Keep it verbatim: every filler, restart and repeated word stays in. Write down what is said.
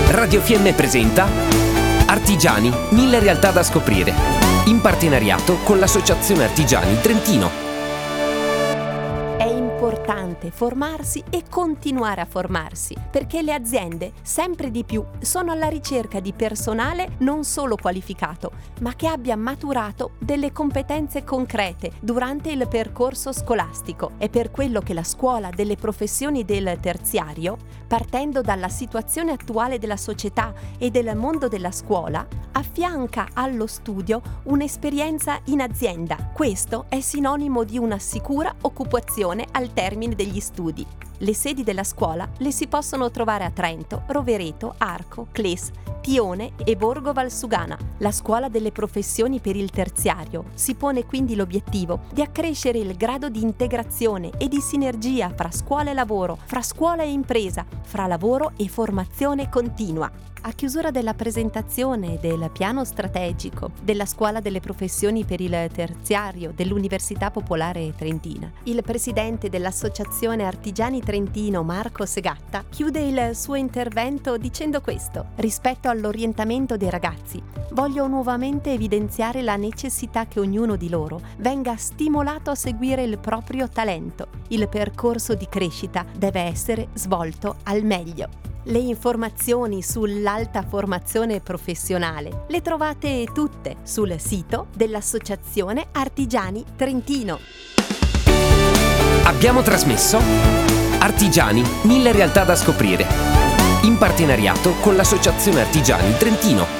Radio F M presenta Artigiani, mille realtà da scoprire, in partenariato con l'Associazione Artigiani Trentino. È importante formarsi e continuare a formarsi, perché le aziende sempre di più sono alla ricerca di personale non solo qualificato, ma che abbia maturato delle competenze concrete durante il percorso scolastico. È per quello che la Scuola delle Professioni del Terziario, partendo dalla situazione attuale della società e del mondo della scuola, affianca allo studio un'esperienza in azienda. Questo è sinonimo di una sicura occupazione al termine degli studi. Le sedi della scuola le si possono trovare a Trento, Rovereto, Arco, Cles, Tione e Borgo Valsugana. La Scuola delle Professioni per il Terziario si pone quindi l'obiettivo di accrescere il grado di integrazione e di sinergia fra scuola e lavoro, fra scuola e impresa, fra lavoro e formazione continua. A chiusura della presentazione del piano strategico della Scuola delle Professioni per il Terziario dell'Università Popolare Trentina, il presidente dell'Associazione Artigiani Trentino, Marco Segatta, chiude il suo intervento dicendo questo: rispetto all'orientamento dei ragazzi, voglio nuovamente evidenziare la necessità che ognuno di loro venga stimolato a seguire il proprio talento. Il percorso di crescita deve essere svolto al meglio. Le informazioni sull'alta formazione professionale le trovate tutte sul sito dell'Associazione Artigiani Trentino. Abbiamo trasmesso Artigiani, mille realtà da scoprire, in partenariato con l'Associazione Artigiani Trentino.